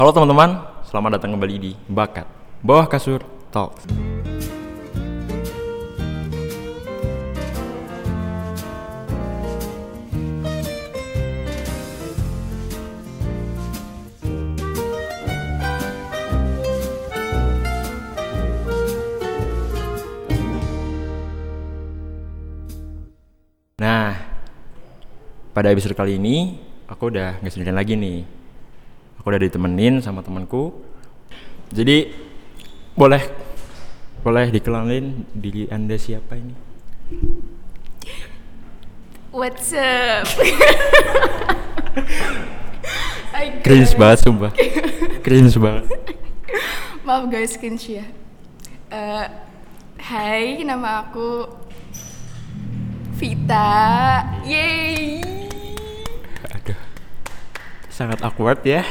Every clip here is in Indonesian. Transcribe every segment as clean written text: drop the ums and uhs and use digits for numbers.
Halo teman-teman, selamat datang kembali di Bakat Bawah Kasur Talk. Nah, pada episode kali ini aku udah gak sendirian lagi nih. Aku udah ditemenin sama temanku. Jadi boleh dikenalin diri Anda siapa ini? What's up? Cringe banget sumpah. Cringe banget. Maaf guys, cringe ya. Hai, nama aku Vita. Yeay. Aduh, sangat awkward ya.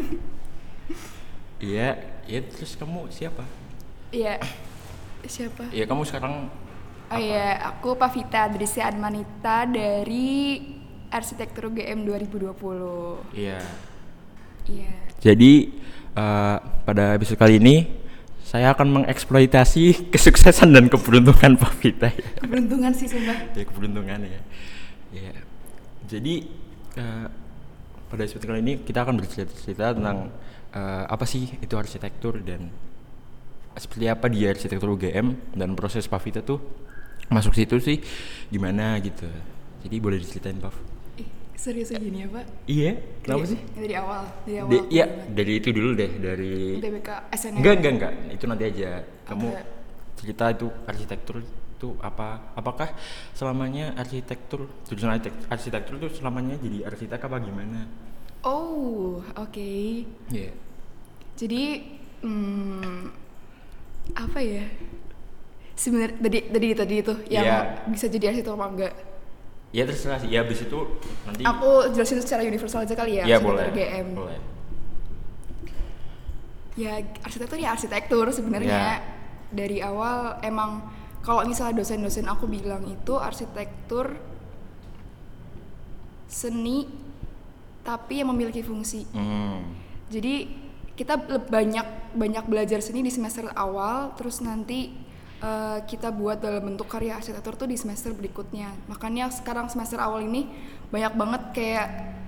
Iya, terus kamu siapa? Iya, siapa? Iya, kamu sekarang Oh iya, aku Pavita Adrisia Admanita dari Arsitektur UGM 2020. Iya. Iya. Jadi pada episode kali ini saya akan mengeksploitasi kesuksesan dan keberuntungan Pavita. Keberuntungan sih sumpah. Ya, keberuntungan ya. Iya. Jadi pada episode kali ini kita akan bercerita tentang apa sih itu arsitektur dan seperti apa dia arsitektur UGM dan proses Pavita tuh masuk situ sih gimana gitu. Jadi boleh diceritain Pav? Serius gini ya Pak? Iya, kenapa sih? Dari awal. Iya, dari itu dulu deh, dari TBK SNM. Enggak, itu nanti aja. Kamu cerita itu arsitektur itu apa? Apakah selamanya jurusan arsitektur itu selamanya jadi arsitek apa gimana? Oh, oke. Iya. Jadi apa ya? Sebenarnya tadi itu yang bisa jadi arsitek apa enggak? Ya terserah sih. Ya abis itu nanti Aku jelasin secara universal aja kali ya. Iya boleh. UGM. Boleh. Ya arsitektur ya arsitektur sebenarnya. Dari awal emang kalau misalnya dosen-dosen aku bilang itu arsitektur seni tapi yang memiliki fungsi. Jadi kita banyak belajar seni di semester awal, terus nanti kita buat dalam bentuk karya arsitektur tuh di semester berikutnya. Makanya sekarang semester awal ini banyak banget kayak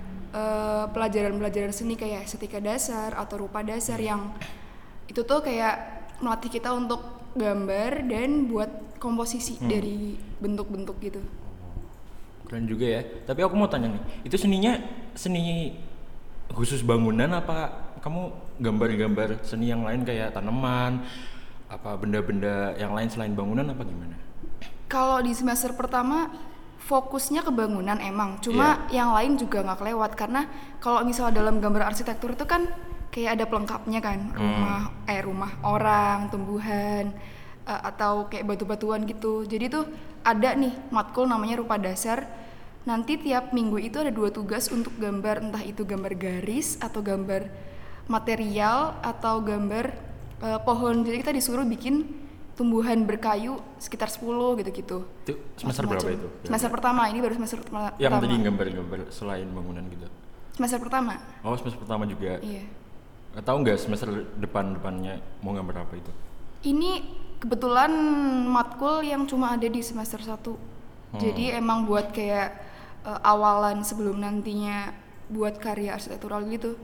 pelajaran seni kayak estetika dasar atau rupa dasar yang itu tuh kayak melatih kita untuk gambar dan buat komposisi dari bentuk-bentuk gitu. Keren juga ya. Tapi aku mau tanya nih, itu seninya seni khusus bangunan apa kamu gambar-gambar seni yang lain kayak tanaman, apa benda-benda yang lain selain bangunan apa gimana? Kalau di semester pertama fokusnya ke bangunan emang, cuma yang lain juga nggak kelewat karena kalau misalnya dalam gambar arsitektur itu kan kayak ada pelengkapnya kan, rumah orang, tumbuhan, atau kayak batu-batuan gitu. Jadi tuh ada nih matkul namanya rupa dasar. Nanti tiap minggu itu ada 2 tugas untuk gambar, entah itu gambar garis atau gambar material atau gambar pohon. Jadi kita disuruh bikin tumbuhan berkayu sekitar 10 gitu-gitu. Itu semester berapa itu? Semester pertama, ini baru semester pertama. Yang tadi gambar-gambar selain bangunan gitu. Semester pertama. Oh, semester pertama juga. Iya. Tahu nggak semester depannya mau gambar apa itu? Ini kebetulan matkul yang cuma ada di semester 1. Jadi emang buat kayak awalan sebelum nantinya buat karya arsitektural gitu.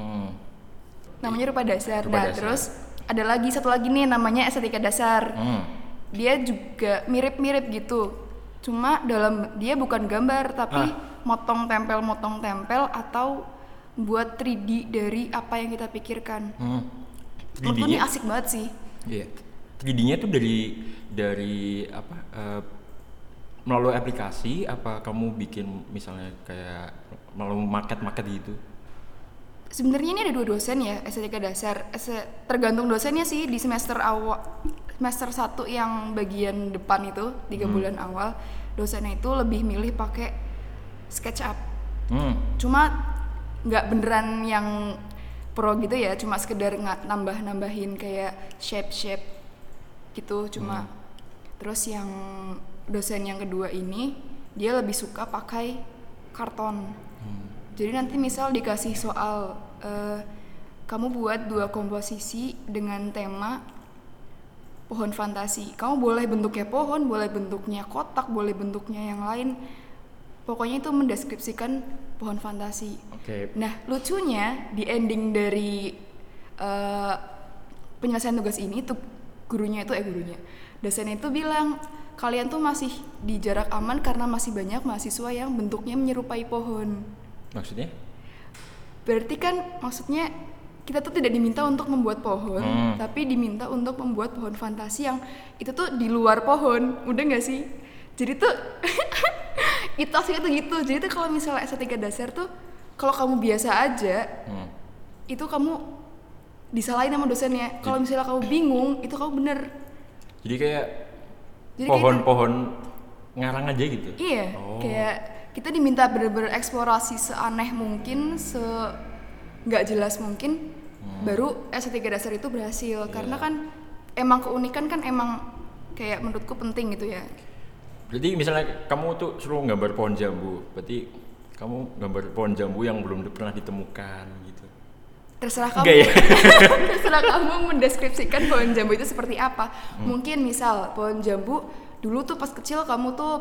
Namanya rupa dasar. Terus ada lagi satu lagi nih namanya estetika dasar. Dia juga mirip-mirip gitu. Cuma dia bukan gambar tapi motong tempel atau buat 3D dari apa yang kita pikirkan. Menurutku ini asik banget sih. Iya. 3D-nya tuh dari apa? Melalui aplikasi apa kamu bikin misalnya kayak melalui market gitu? Sebenarnya ini ada 2 dosen ya, estetika dasar. Tergantung dosennya sih. Di semester 1 yang bagian depan itu 3 bulan awal, dosennya itu lebih milih pakai SketchUp. Cuma nggak beneran yang pro gitu ya, cuma sekedar nambahin kayak shape gitu cuma. Terus yang dosen yang kedua ini dia lebih suka pakai karton. Jadi nanti misal dikasih soal kamu buat 2 komposisi dengan tema pohon fantasi. Kamu boleh bentuknya pohon, boleh bentuknya kotak, boleh bentuknya yang lain. Pokoknya itu mendeskripsikan pohon fantasi. Oke. Nah, lucunya di ending dari penyelesaian tugas ini tuh gurunya, dosennya itu bilang kalian tuh masih di jarak aman karena masih banyak mahasiswa yang bentuknya menyerupai pohon. Maksudnya? Berarti kan maksudnya kita tuh tidak diminta untuk membuat pohon, tapi diminta untuk membuat pohon fantasi yang itu tuh di luar pohon, udah nggak sih? Jadi tuh itu aslinya tuh gitu. Jadi tuh kalau misalnya S3 dasar tuh kalau kamu biasa aja, itu kamu disalahin sama dosennya. Kalau misalnya kamu bingung, itu kamu bener. Jadi kayak pohon-pohon ngarang aja gitu? Iya, kayak kita diminta bener-bener eksplorasi seaneh mungkin, nggak jelas mungkin. Baru S3 dasar itu berhasil karena kan emang keunikan kan emang kayak menurutku penting gitu ya. Berarti misalnya kamu tuh suruh gambar pohon jambu, berarti kamu gambar pohon jambu yang belum pernah ditemukan gitu. Terserah kamu. Enggak ya? Terserah kamu mendeskripsikan pohon jambu itu seperti apa. Mungkin misal pohon jambu dulu tuh pas kecil kamu tuh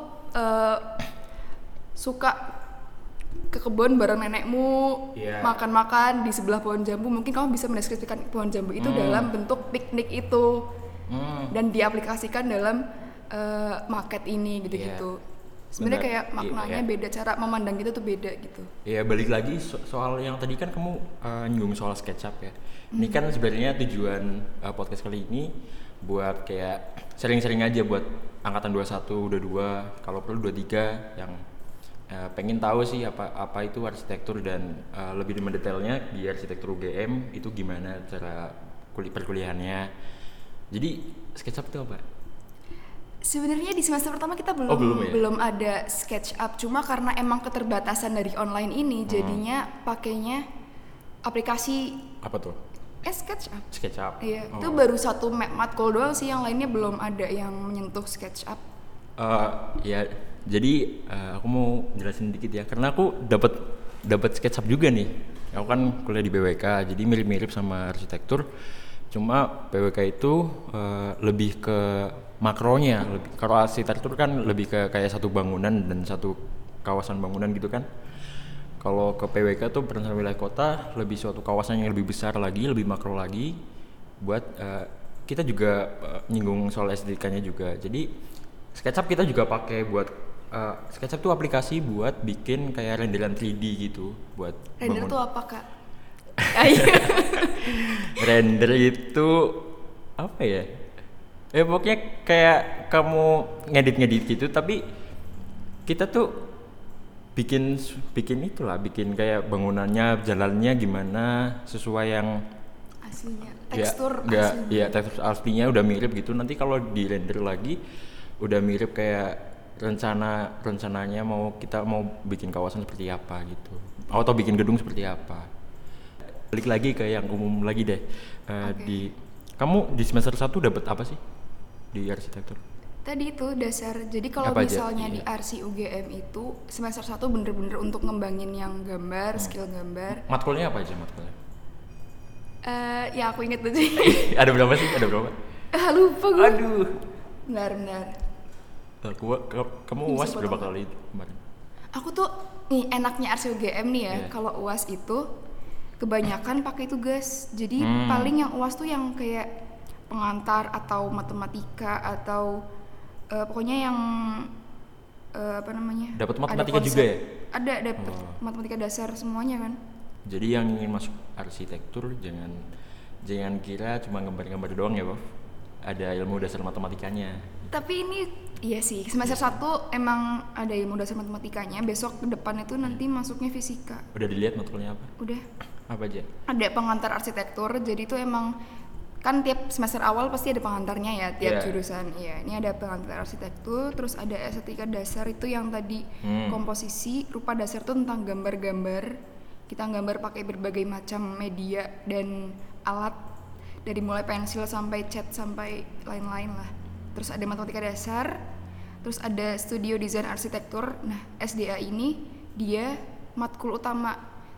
suka ke kebun bareng nenekmu, makan-makan di sebelah pohon jambu. Mungkin kamu bisa mendeskripsikan pohon jambu itu dalam bentuk piknik itu, dan diaplikasikan dalam market ini gitu-gitu. Sebenarnya kayak maknanya beda, cara memandang gitu tuh beda gitu. Iya, balik lagi soal yang tadi kan kamu nyinggung soal SketchUp ya. Ini kan sebenarnya tujuan podcast kali ini buat kayak sering-sering aja buat angkatan 21, 22, kalau perlu 23 yang pengen tahu sih apa itu arsitektur dan lebih mendetailnya di arsitektur UGM itu gimana cara perkuliahannya. Jadi SketchUp itu apa? Sebenarnya di semester pertama kita belum ada SketchUp, cuma karena emang keterbatasan dari online ini jadinya pakainya aplikasi. Apa tuh? SketchUp. Iya, itu baru satu matkul doang sih, yang lainnya belum ada yang menyentuh SketchUp. Ya, jadi aku mau jelasin dikit ya, karena aku dapat SketchUp juga nih. Aku kan kuliah di BWK, jadi mirip-mirip sama arsitektur. Cuma BWK itu lebih ke makronya. Kalau arsitektur kan lebih ke kayak satu bangunan dan satu kawasan bangunan gitu kan. Kalau ke PWK tuh perencanaan wilayah kota, lebih suatu kawasan yang lebih besar lagi, lebih makro lagi. Buat kita juga nyinggung soal estetikanya juga. Jadi SketchUp kita juga pakai buat SketchUp tuh aplikasi buat bikin kayak renderan 3D gitu buat render tuh apa, Kak? Render itu apa ya? Pokoknya kayak kamu ngedit gitu, tapi kita tuh bikin bikin kayak bangunannya, jalannya gimana sesuai yang aslinya, tekstur aslinya. Ya, tekstur aslinya udah mirip gitu. Nanti kalau di render lagi udah mirip kayak rencananya kita mau bikin kawasan seperti apa gitu, atau bikin gedung seperti apa. Balik lagi ke yang umum lagi deh. Kamu di semester 1 dapat apa sih di arsitektur? Tadi itu dasar. Jadi kalau misalnya di Arsi UGM itu semester 1 bener-bener untuk ngembangin yang gambar, skill gambar. Matkulnya apa aja matkulnya? Ya aku inget tuh sih. Ada berapa sih? Lupa gue. Aduh. Benar. Kamu UAS berapa kali kemarin? Aku tuh nih enaknya Arsi UGM nih ya. Kalau UAS itu kebanyakan pakai tugas. Jadi paling yang UAS tuh yang kayak pengantar atau matematika atau pokoknya yang apa namanya? Dapat matematika juga ya? Ada matematika dasar semuanya kan. Jadi yang ingin masuk arsitektur jangan kira cuma gambar-gambar doang ya, Bob. Ada ilmu dasar matematikanya. Tapi ini iya sih, semester 1 emang ada ilmu dasar matematikanya. Besok ke depan itu nanti masuknya fisika. Udah dilihat matkulnya apa? Udah. Apa aja? Ada pengantar arsitektur. Jadi itu emang kan tiap semester awal pasti ada pengantarnya ya, tiap jurusan. Iya, ini ada pengantar arsitektur, terus ada estetika dasar itu yang tadi komposisi, rupa dasar tuh tentang gambar-gambar. Kita gambar pakai berbagai macam media dan alat, dari mulai pensil sampai cat sampai lain-lain lah. Terus ada matematika dasar, terus ada studio desain arsitektur. Nah, SDA ini dia matkul utama.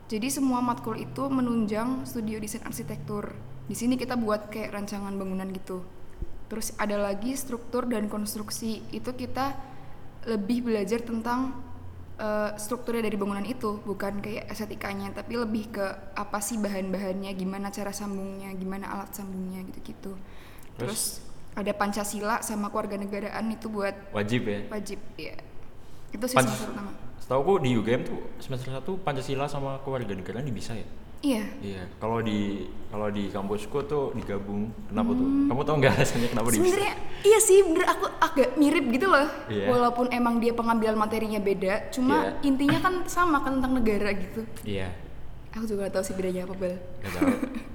Jadi semua matkul itu menunjang studio desain arsitektur. Di sini kita buat kayak rancangan bangunan gitu. Terus ada lagi struktur dan konstruksi. Itu kita lebih belajar tentang strukturnya dari bangunan itu, bukan kayak estetikanya, tapi lebih ke apa sih bahan-bahannya, gimana cara sambungnya, gimana alat sambungnya gitu-gitu. Terus ada Pancasila sama kewarganegaraan itu buat wajib ya. Wajib ya. Itu sih semester pertama. Setahu aku di UGM tuh semester 1 Pancasila sama kewarganegaraan bisa ya? Iya. Iya. Kalau di kampusku tuh digabung. Kenapa tuh? Kamu tahu nggak alasannya kenapa bisa? Sebenarnya iya sih, bener, aku agak mirip gitu loh. Iya. Walaupun emang dia pengambilan materinya beda, cuma intinya kan sama kan tentang negara gitu. Iya. Aku juga gak tahu sih bedanya apa, Bal. Gak tahu.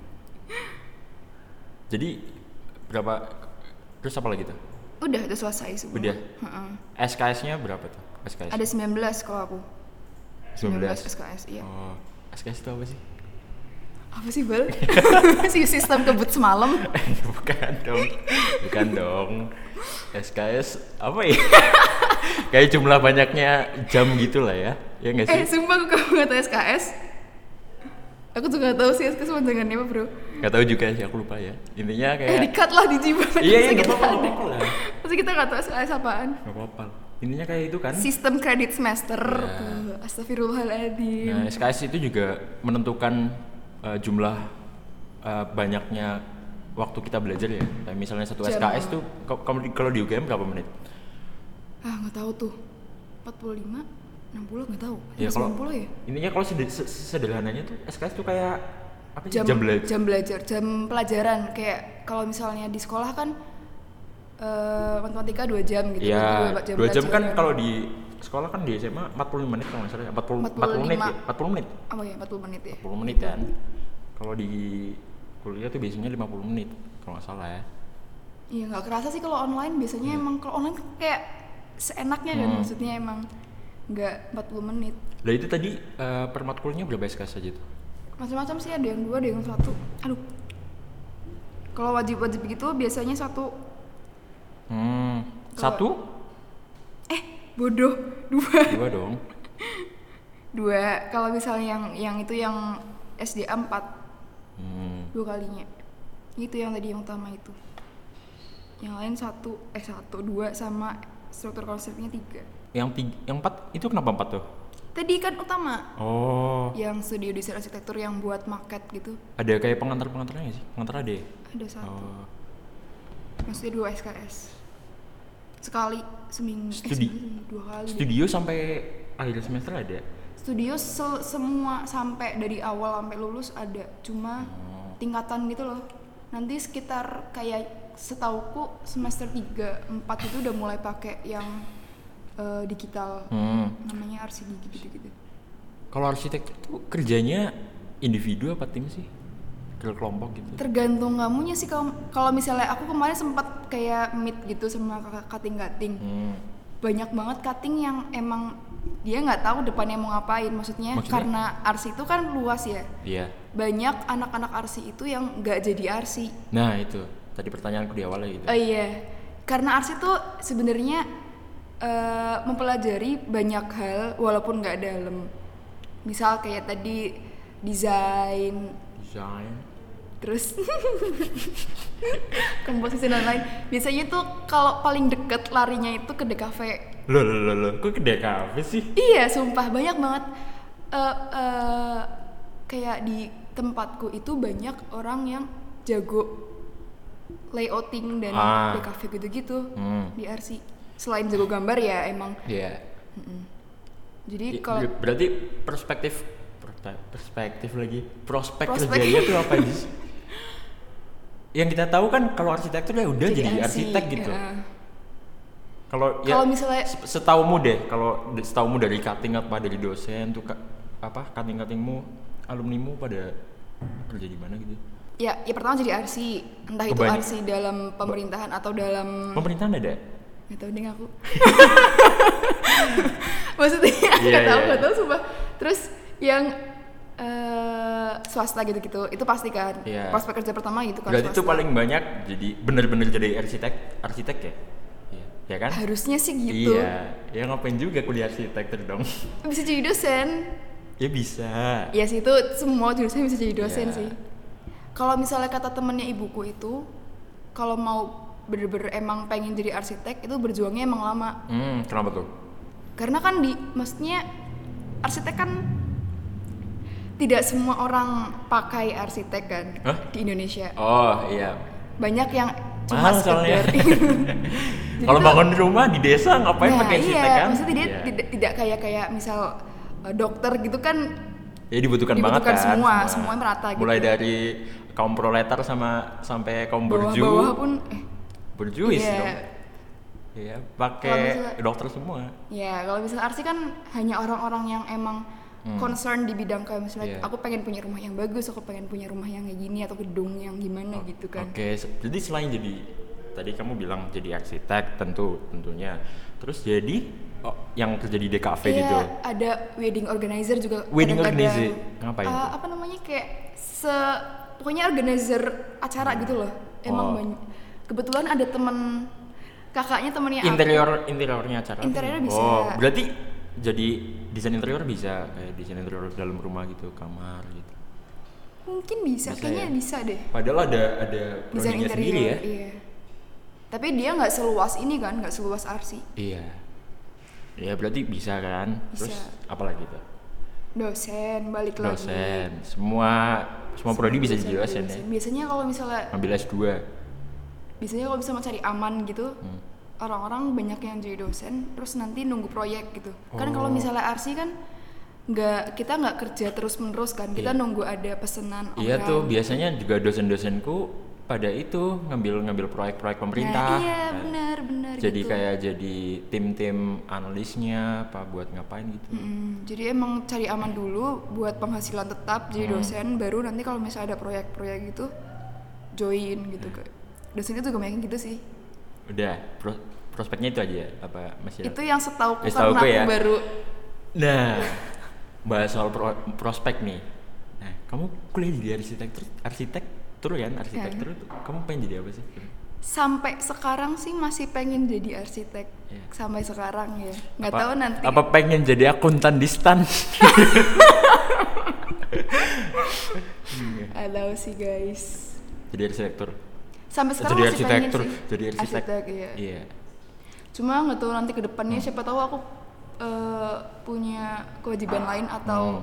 Jadi berapa? Terus apa lagi tuh? Udah selesai semua. Udah. SKS-nya berapa tuh? SKS. Ada 19 kalau aku. 19 SKS, iya. Oh, SKS itu apa sih? Apa sih, Bal? Si sistem kebut semalam. Bukan dong. SKS apa ya? Kayak jumlah banyaknya jam gitu lah ya. Ya nggak sih? Sumpah aku nggak tahu SKS. Aku juga nggak tahu sih SKS panjangannya apa, bro. Nggak tahu juga sih, aku lupa ya. Intinya kayak. Di-cut lah di jiwa. Iya, nggak apa-apa lah. Pasti kita nggak tahu SKS apaan. Nggak apa-apa. Intinya kayak itu kan. Sistem kredit semester. Astagfirullahaladzim. Nah, SKS itu juga menentukan jumlah banyaknya waktu kita belajar ya. Kayak misalnya satu SKS tuh kalau di UGM berapa menit? Nggak tahu tuh. 45, 60 nggak tahu. Ya, 90 ya? Intinya kalau sederhananya tuh SKS tuh kayak apa sih? Jam belajar, jam pelajaran. Kayak kalau misalnya di sekolah kan matematika 2 jam gitu. Iya, 2 jam kan pelajaran. kalau di sekolah kan di SMA 45 menit kalau nggak salah, 40 menit ya? 40 menit. Oh iya, 40 menit ya. 40 menit kan. Kalau di kuliah tuh biasanya 50 menit kalau nggak salah ya. Iya, nggak kerasa sih kalau online. Biasanya emang kalau online kayak seenaknya kan, maksudnya emang nggak 40 menit. Lah itu tadi per matkulnya berapa SKS aja tuh? Macam-macam sih, ada yang 2, ada yang 1. Aduh. Kalau wajib-wajib gitu biasanya 1. Satu? Bodoh, 2. 2 dong. 2. Kalau misalnya yang itu yang SDA 4. 2 kalinya. Itu yang tadi yang utama itu. Yang lain 1, 2 sama struktur konsepnya 3. Yang 4 itu kenapa 4 tuh? Tadi kan utama. Oh. Yang studio desain arsitektur yang buat maket gitu. Ada kayak pengantar-pengantarnya nggak sih? Pengantar ada ya? Ada 1. Oh. Maksudnya 2 SKS. Sekali seminggu. 2 kali. Studio sampai akhir semester ada? Studio semua sampai dari awal sampai lulus ada. Cuma tingkatan gitu loh. Nanti sekitar kayak setauku semester 3, 4 itu udah mulai pakai yang digital. Namanya RCD gitu-gitu. Kalau arsitek itu kerjanya individu apa tim sih? Kelompok gitu? Tergantung kamunya sih. Kalau misalnya aku kemarin sempat kayak meet gitu sama cutting. Banyak banget cutting yang emang dia nggak tahu depannya mau ngapain. Maksudnya karena arsi itu kan luas ya. Iya. Banyak anak-anak arsi itu yang nggak jadi arsi. Nah itu tadi pertanyaanku di awalnya gitu. Oh iya, karena arsi itu sebenarnya mempelajari banyak hal walaupun nggak dalam. Misal kayak tadi desain. Terus komposisi dan lain. Biasanya tuh kalau paling deket larinya itu ke DKV. Loh, kok ke DKV sih? Iya, sumpah banyak banget. Kayak di tempatku itu banyak orang yang jago layouting dan DKV gitu-gitu di RC. Selain jago gambar ya emang. Iya. Jadi kalau berarti prospek kerjanya tuh apa sih? Yang kita tahu kan kalau arsitektur ya udah jadi arsitek gitu. Kalau misalnya setaumu dari cutting apa dari dosen tuh cuttingmu alumnimu pada kerja di mana gitu? Ya pertama jadi RC, entah itu RC dalam pemerintahan atau dalam pemerintahan ada? Nggak tahu deh aku. Maksudnya nggak tahu sumpah. Terus yang swasta gitu-gitu itu pasti kan prospek kerja pertama gitu kan. Berarti itu paling banyak jadi bener-bener jadi arsitek ya? Ya kan? Harusnya sih gitu. Iya, ya ngapain juga kuliah arsitektur dong? Bisa jadi dosen. Ya bisa. Ya sih, itu semua jurusan bisa jadi dosen Ya. sih. Kalau misalnya kata temennya ibuku itu, kalau mau bener-bener emang pengen jadi arsitek itu berjuangnya emang lama. Kenapa tuh? Karena kan maksudnya arsitek kan tidak semua orang pakai arsitek kan. Hah? Di Indonesia. Oh iya. Banyak yang cuma Mahal soalnya. sekedar Kalau bangun rumah di desa ngapain pakai arsitek iya, kan? maksudnya dia Iya. tidak kayak misal dokter gitu kan. Ya dibutuhkan banget kan. semua merata gitu. Mulai dari kaum proletar sampai kaum borju. Bawah-bawah pun Borjuis Iya. dong. Iya, Kalau pakai misalnya- dokter semua. Ya, kalau misalnya arsi kan hanya orang-orang yang emang concern di bidang kayak misalnya Iya. aku pengen punya rumah yang bagus, aku pengen punya rumah yang kayak gini atau gedung yang gimana gitu kan. Oke, jadi selain jadi tadi kamu bilang jadi arsitek tentunya. Terus jadi yang kerja di DKV Iya, gitu. ada wedding organizer juga. Wedding kadang-kadang. organizer, ngapain tuh? Apa namanya kayak pokoknya organizer acara gitu loh. Emang Oh. kebetulan ada temen kakaknya temennya aku. Interiornya acara. Interiornya bisa. Oh, berarti jadi desain interior bisa kayak desain interior dalam rumah gitu, kamar gitu. Mungkin bisa, Bisa kayaknya ya? bisa deh. Padahal ada Desain prodinya interior, sendiri ya. iya. Tapi dia nggak seluas ini kan, nggak seluas arsi. Iya. Ya berarti bisa kan. Bisa. Terus apa lagi tuh? Dosen, balik lagi. Dosen. Semua prodi bisa jadi dosen ya. Biasanya kalau misalnya Ambil S2. mau cari aman gitu, orang-orang banyak yang jadi dosen, terus nanti nunggu proyek gitu. Kan kalau misalnya arsi kan kita nggak kerja terus menerus kan, kita Iya. nunggu ada pesanan Iya orang. tuh biasanya juga dosen-dosenku pada itu ngambil proyek-proyek pemerintah. Nah, iya kan. benar Jadi gitu. kayak jadi tim-tim analisnya apa buat ngapain gitu. Jadi emang cari aman dulu buat penghasilan tetap jadi dosen, baru nanti kalau misalnya ada proyek-proyek gitu join gitu kan. Dosennya juga banyak gitu sih. Udah prospeknya itu aja apa masih ada? Itu yang setauku Setauku karena ya. aku baru Nah, bahas soal prospek nih. Nah, kamu kuliah di arsitektur kan? Arsitektur itu kamu pengen jadi apa sih? sampai sekarang sih masih pengen jadi arsitek. Iya. Sampai sekarang ya. Nggak tahu nanti. Apa pengen jadi akuntan di stan? Nggak tahu sih guys. Jadi arsitektur. Sampai sekarang Jadi masih pengen arsitektur. sih. Jadi arsitek. Iya. Iya. Cuma nggak tahu nanti ke depannya siapa tahu aku punya kewajiban lain atau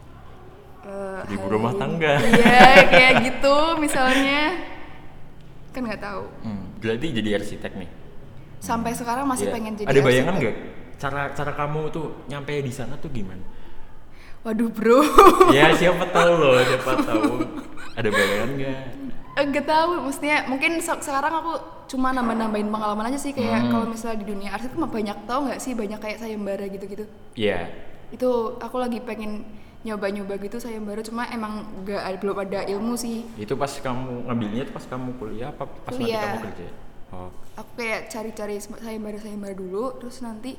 Jadi ibu hal rumah lain. tangga. Iya kayak gitu misalnya, kan nggak tahu. Berarti jadi arsitek nih. Sampai sekarang masih Iya. pengen jadi Ada bayangan arsitek. nggak cara kamu tuh nyampe di sana tuh gimana? Waduh bro. Ya siapa tahu loh, siapa tahu. Ada bayangan nggak? Nggak tahu, maksudnya mungkin sekarang aku cuma nambah-nambahin pengalaman aja sih, kayak kalau misalnya di dunia arsitek mah banyak, tahu nggak sih, banyak kayak sayembara gitu-gitu. Iya. Itu aku lagi pengen nyoba-nyoba gitu sayembara, cuma emang belum ada ilmu sih. Itu pas kamu ngambilnya tuh pas kamu kuliah apa pas nanti Kuliah. kamu kerja? Oh. Aku kayak cari-cari sayembara dulu, terus nanti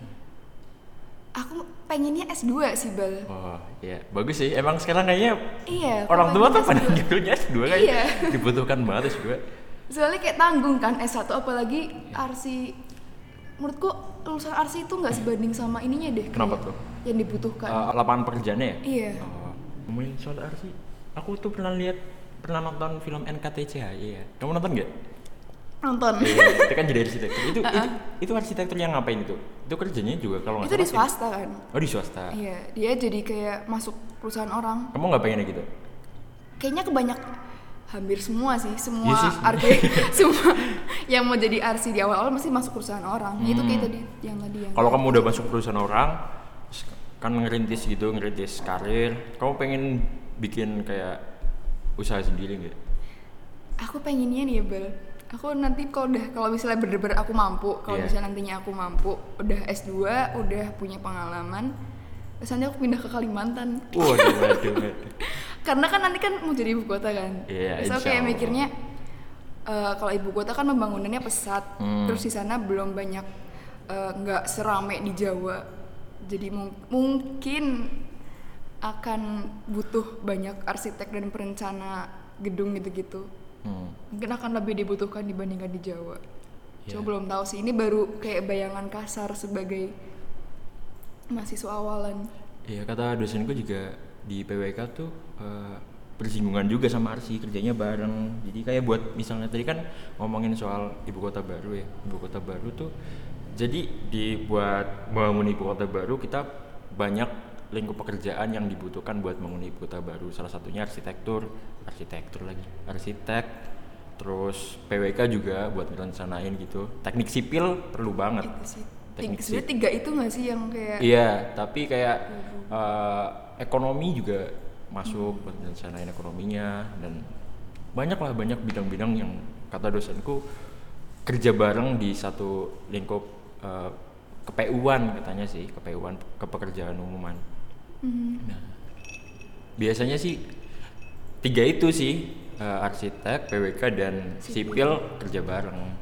aku pengennya S2 sih Bal. Oh, iya. Bagus sih. Emang sekarang kayaknya Iya, aku orang tua tuh pada pengen S2. nyuruhnya S2 kayak Iya. dibutuhkan banget S2. Soalnya kayak tanggung kan S1, apalagi arsi. Menurutku lulusan arsi itu nggak sebanding sama ininya deh. Kenapa kayak tuh? Yang dibutuhkan. Lapangan pekerjaannya ya? Iya. Oh, ngomongin soal arsi, aku tuh pernah nonton film NKTCHY ya. Kamu nonton nggak? Nonton. Iya, itu kan jadi arsitektur. Itu arsitektur yang ngapain itu? Itu kerjanya juga kalau nggak Itu di salah swasta kan. Oh di swasta. Iya, dia jadi kayak masuk perusahaan orang. Kamu nggak pengennya gitu? Kayaknya hampir semua sih, semua Iya sih. semua yang mau jadi arsi di awal-awal mesti masuk perusahaan orang. Itu kayak tadi yang Kalau kamu udah masuk perusahaan orang, kan ngerintis karir, kamu pengen bikin kayak usaha sendiri nggak? aku pengennya nih ya Bel. Aku nanti kalau misalnya bener-bener aku mampu, kalau Iya. misalnya nantinya aku mampu, udah S2, udah punya pengalaman, terus nanti aku pindah ke Kalimantan. Waduh. Karena kan nanti kan mau jadi ibu kota kan. Iya, Terus aku insya kayak Allah. mikirnya kalau ibu kota kan pembangunannya pesat, terus di sana belum banyak, nggak serame di Jawa, jadi mungkin akan butuh banyak arsitek dan perencana gedung gitu-gitu. Mungkin akan lebih dibutuhkan dibandingkan di Jawa. Cuma Iya. belum tahu sih, ini baru kayak bayangan kasar sebagai mahasiswa awalan. Iya, kata dosenku juga di PWK tuh bersinggungan juga sama Arsi, kerjanya bareng. Jadi kayak buat misalnya tadi kan ngomongin soal ibu kota baru ya. Ibu kota baru tuh jadi dibuat bangun ibu kota baru, kita banyak lingkup pekerjaan yang dibutuhkan buat bangun ibu kota baru. Salah satunya arsitektur lagi. Arsitek, terus PWK juga buat rencanain gitu. Teknik sipil perlu banget. Itu sih. Teknik Sebenarnya 3 itu nggak sih yang kayak Iya, tapi kayak ekonomi juga masuk buat rencanain ekonominya, dan banyak bidang-bidang yang kata dosenku kerja bareng di satu lingkup KPU-an katanya sih, KPU-an, kepekerjaan umuman. Nah, biasanya sih 3 itu sih, arsitek, PWK dan sipil kerja bareng.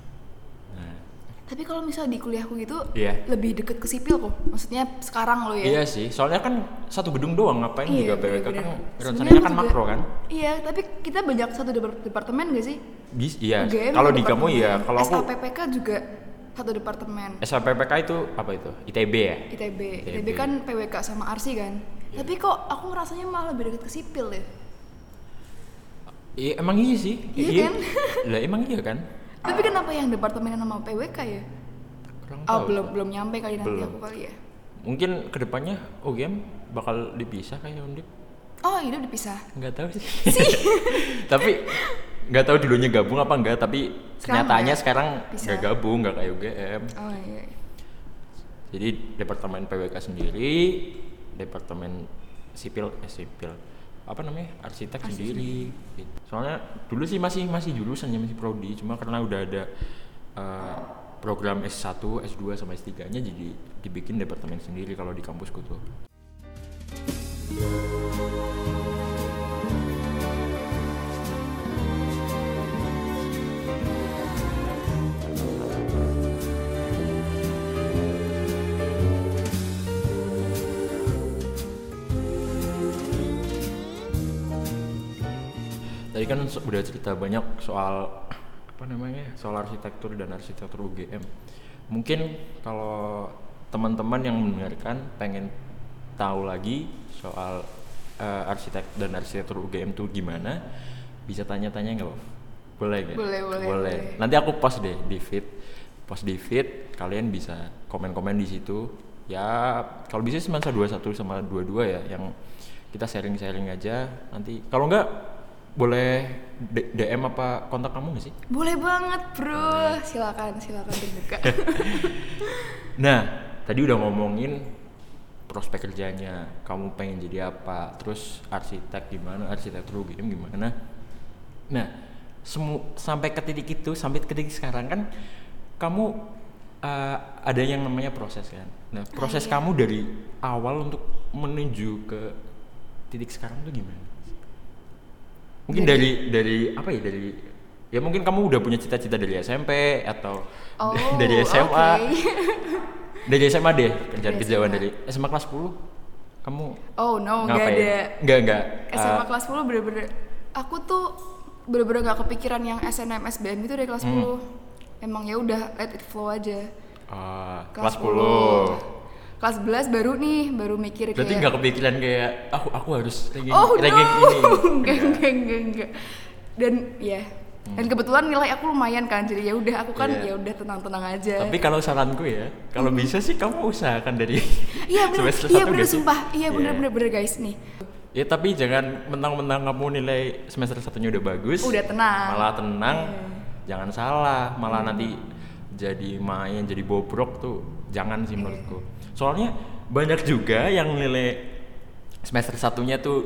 tapi kalau misalnya di kuliahku gitu Iya. lebih deket ke sipil kok. Maksudnya sekarang lo ya. Iya sih, soalnya kan satu gedung doang, ngapain Iya, juga PWK bener-bener. kan rencananya Sebenarnya kan juga- makro kan. Iya, tapi kita banyak satu departemen gak sih? Iya, UGM kalau satu di kamu departemen. ya, kalau aku SAPPK juga satu departemen. SAPPK itu apa itu? ITB ya? ITB kan PWK sama Arsi kan. Iya. Tapi kok aku ngerasanya malah lebih deket ke sipil ya. Iya, emang iya sih. Iya kan? Lah emang iya kan? Tapi kenapa yang departemen sama PWK ya? Kurang Oh, tahu. belum nyampe kali nanti Belum. aku kali ya. Mungkin kedepannya UGM bakal dipisah kayak Undip. Oh, itu dipisah. Nggak tahu sih. Tapi nggak tahu dulunya gabung apa enggak, tapi Sekarang kenyataannya enggak. sekarang Bisa. nggak gabung, nggak kayak UGM. Oh iya. Jadi departemen PWK sendiri, departemen sipil apa namanya, arsitek sendiri gitu. Soalnya dulu sih masih jurusannya masih prodi, cuma karena udah ada program S1, S2 sama S3 nya jadi dibikin departemen sendiri kalau di kampusku tuh. Tadi kan udah cerita banyak soal apa namanya, soal arsitektur dan arsitektur UGM. Mungkin kalau teman-teman yang mendengarkan pengen tahu lagi soal arsitek dan arsitektur UGM tuh gimana, bisa tanya-tanya nggak? Boleh nggak? Boleh. Nanti aku post deh di feed, kalian bisa komen-komen di situ. Ya kalau bisa semester 21 sama 22 ya, yang kita sharing-sharing aja. Nanti kalau nggak boleh DM apa kontak kamu nggak sih? Boleh banget, Bro. Silakan dibuka. Nah, tadi udah ngomongin prospek kerjanya, kamu pengen jadi apa, terus arsitek gimana, arsitektur UGM gimana. Nah, sampai ke titik itu, sampai ke titik sekarang kan kamu ada yang namanya proses kan. Nah, proses Iya. kamu dari awal untuk menuju ke titik sekarang tuh gimana? Mungkin dari apa ya, dari ya mungkin kamu udah punya cita-cita dari SMP atau dari SMA. oke. Dari SMA deh, kerjaan Dari kejauhan SMA. dari SMA kelas 10 kamu Oh no, nggak ngapain? ada. Enggak. SMA kelas 10 bener-bener aku tuh bener-bener nggak kepikiran yang SNM SBM itu dari kelas 10. Emang ya udah let it flow aja. Kelas 10. Kelas 11 baru mikir Berarti kayak nggak kepikiran kayak aku harus ranking oh ranking no. ini. enggak. Dan ya dan kebetulan nilai aku lumayan kan, jadi ya udah aku kan Iya. ya udah tenang-tenang aja. Tapi kalau saranku ya, kalau bisa sih kamu usahakan dari Iya bener, semester iya 1 bener nggak sih? sumpah, iya Iya. bener guys nih. Ya tapi jangan mentang-mentang kamu nilai semester 1-nya udah bagus, Udah tenang. malah tenang, jangan salah, malah nanti jadi main, jadi bobrok tuh, jangan sih menurutku. Soalnya banyak juga yang nilai semester 1-nya tuh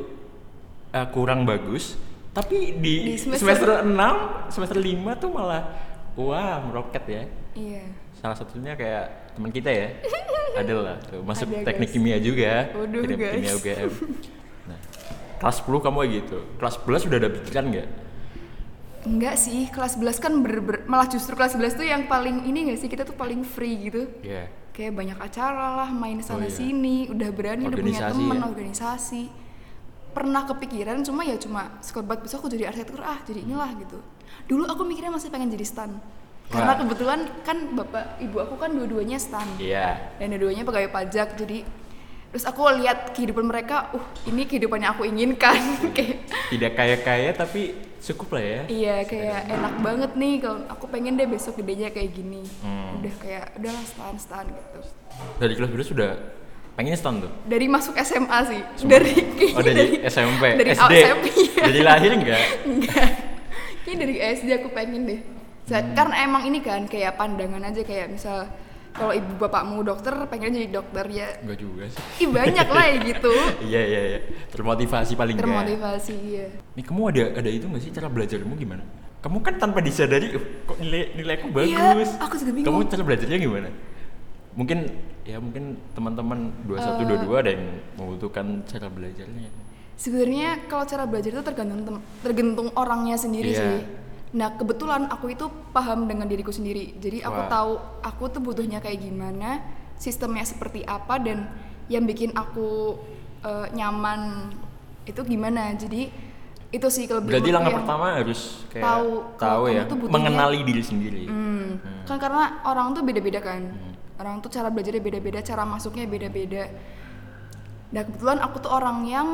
kurang bagus, tapi di semester 6, semester 5 tuh malah wah meroket ya. Iya. Salah satunya kayak teman kita ya, adalah tuh masuk Ada, teknik guys. kimia juga, Waduh, guys. kimia UGM. Nah, kelas 10 kamu kayak gitu, kelas 11 udah ada pikiran nggak? Enggak sih, kelas 11 kan malah justru kelas 11 tuh yang paling ini gak sih, kita tuh paling free gitu. Iya. Kayak banyak acara lah, main sana iya. sini, udah berani, udah punya Organisasi temen, ya? organisasi. Pernah kepikiran, cuma sekebat besok aku jadi arsitektur, jadi inilah gitu. Dulu aku mikirnya masih pengen jadi stan. Karena Wah. kebetulan kan bapak ibu aku kan dua-duanya stan. Iya. Dan dua-duanya pegawai pajak, jadi Terus aku lihat kehidupan mereka, ini kehidupan yang aku inginkan. Kayak Tidak kaya-kaya tapi cukup lah ya. iya, kayak enak banget nih kalau aku pengen deh besok gedenya kayak gini. Udah kayak udahlah stan gitu. Dari kelas 12 sudah pengen stan tuh? Dari masuk SMA sih. Dari SMP, dari SD. SMP, iya. Dari lahir enggak? Enggak. Kayaknya dari SD aku pengen deh. Karena emang ini kan kayak pandangan aja, kayak misal kalau ibu bapakmu dokter pengen jadi dokter ya. Enggak juga sih. Ih banyak lah ya gitu. Iya. Termotivasi paling enggak. Termotivasi iya. Nih kamu ada itu nggak sih cara belajarmu gimana? Kamu kan tanpa disadari, kok nilaiku bagus. Iya, aku juga bingung. Kamu cara belajarnya gimana? Mungkin teman-teman 21 22 ada yang membutuhkan cara belajarnya. Sebenarnya kalau cara belajar itu tergantung orangnya sendiri Iya. sih. Nah kebetulan aku itu paham dengan diriku sendiri. Jadi aku Wah. tahu aku tuh butuhnya kayak gimana, sistemnya seperti apa, dan yang bikin aku nyaman itu gimana. Jadi itu sih kalau Berarti langkah yang pertama harus kayak tahu tahu kamu ya, tuh butuhnya- mengenali diri sendiri. Kan karena orang tuh beda-beda kan. Orang tuh cara belajarnya beda-beda, cara masuknya beda-beda. Nah kebetulan aku tuh orang yang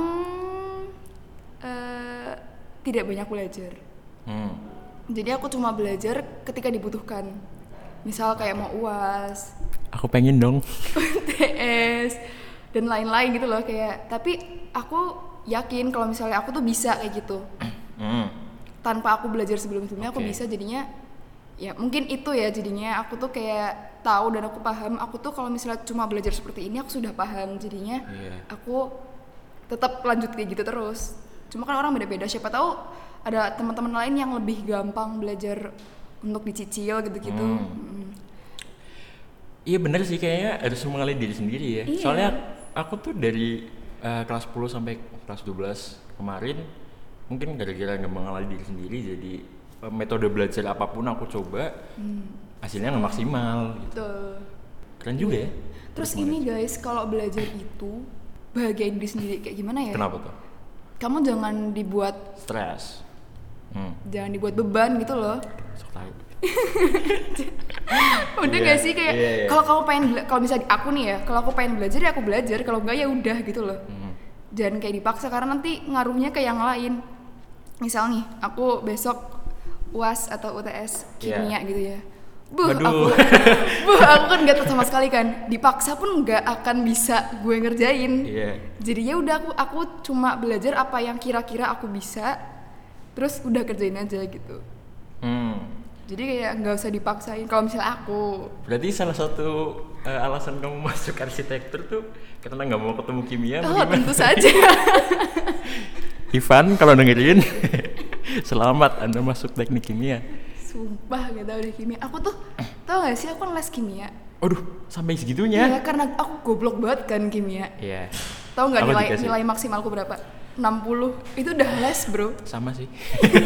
tidak banyak belajar. Jadi aku cuma belajar ketika dibutuhkan. Misal kayak mau UAS, Aku pengen dong. TS, dan lain-lain gitu loh kayak. Tapi aku yakin kalau misalnya aku tuh bisa kayak gitu. Tanpa aku belajar sebelum-sebelumnya aku Oke. bisa, jadinya ya mungkin itu ya jadinya aku tuh kayak tahu dan aku paham. Aku tuh kalau misalnya cuma belajar seperti ini aku sudah paham, jadinya Iya. aku tetap lanjut kayak gitu terus. Cuma kan orang beda-beda, siapa tahu ada teman-teman lain yang lebih gampang belajar untuk dicicil gitu-gitu. Iya bener sih, kayaknya harus mengenali diri sendiri ya. Iya. Soalnya aku tuh dari kelas 10 sampai kelas 12 kemarin mungkin gara-gara nggak mengenali diri sendiri, jadi metode belajar apapun aku coba hasilnya nggak maksimal gitu. Tuh. Keren juga ya. Terus ini guys, kalau belajar itu bahagiain diri sendiri kayak gimana ya? Kenapa tuh? Kamu jangan dibuat Stres. beban gitu loh. Sok tahu. Udah Iya, gak sih kayak iya. kalau kamu pengen kalau misalnya aku nih ya, kalau aku pengen belajar ya aku belajar, kalau enggak ya udah gitu loh. Jangan kayak dipaksa karena nanti ngaruhnya ke yang lain. Misal nih, aku besok UAS atau UTS kimia gitu ya. Waduh. Aku kan gak tahu sama sekali kan. Dipaksa pun nggak akan bisa gue ngerjain. Iya. Jadi ya udah aku cuma belajar apa yang kira-kira aku bisa, terus udah kerjain aja gitu. Jadi kayak nggak usah dipaksain. Kalau misalnya aku, Berarti salah satu alasan kamu masuk arsitektur tuh karena nggak mau ketemu kimia? oh bagaimana? tentu saja. Ivan kalau dengerin, selamat Anda masuk teknik kimia. Sumpah gak tau deh kimia. Aku tuh tau gak sih aku kan les kimia. Aduh, sampai Iya segitunya? karena aku goblok banget kan kimia. Iya. Tahu nggak Aku juga sih. nilai maksimalku berapa? 60. Itu udah les bro. Sama sih.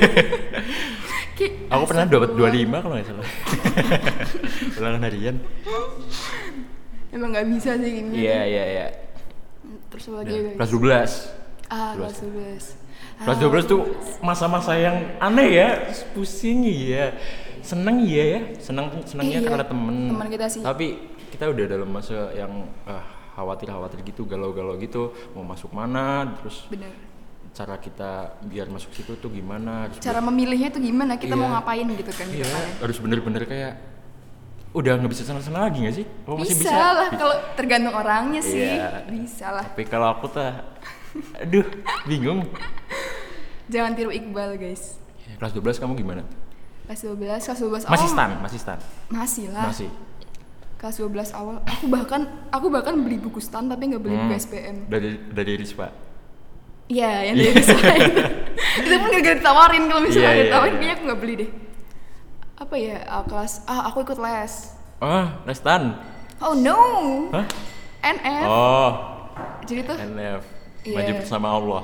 Ki, Aku pernah dapat astagfirullah. 25 kalau nggak salah. Ulangan harian. Emang nggak bisa sih kimia. Iya. Terus apa lagi Nah, guys? kelas 12. Kelas 12. Kelas 12 tuh masa-masa yang aneh ya, pusing iya, seneng iya ya, senengnya Iya, karena temen kita sih. Tapi kita udah dalam masa yang khawatir gitu, galau-galau gitu, mau masuk mana, terus Bener. cara kita biar masuk situ tuh gimana, harus Cara memilihnya tuh gimana? Kita mau Iya. ngapain gitu kan? iya, Gitu kan. harus bener-bener kayak udah nggak bisa senang-senang lagi nggak sih? Oh, masih Bisa lah kalau tergantung orangnya sih. Iya. Bisa lah. Tapi kalau aku tuh, aduh, bingung. Jangan tiru Iqbal guys. Kelas 12 kamu gimana? Kelas 12 awal. Masih stan? Masih lah. Masih. Kelas 12 awal. Aku bahkan beli buku stan tapi nggak beli buku SPM. Dari Rispa. Iya, yang dari Risma itu. Itu pun gara-gara ditawarin, kalau misalnya Iya, ditawarin iya. kayaknya aku nggak beli deh. Apa ya? Aku ikut les. Les stan. Oh no. Hah? NF. Oh, Jadi tuh NF. Iya. Maju bersama Allah.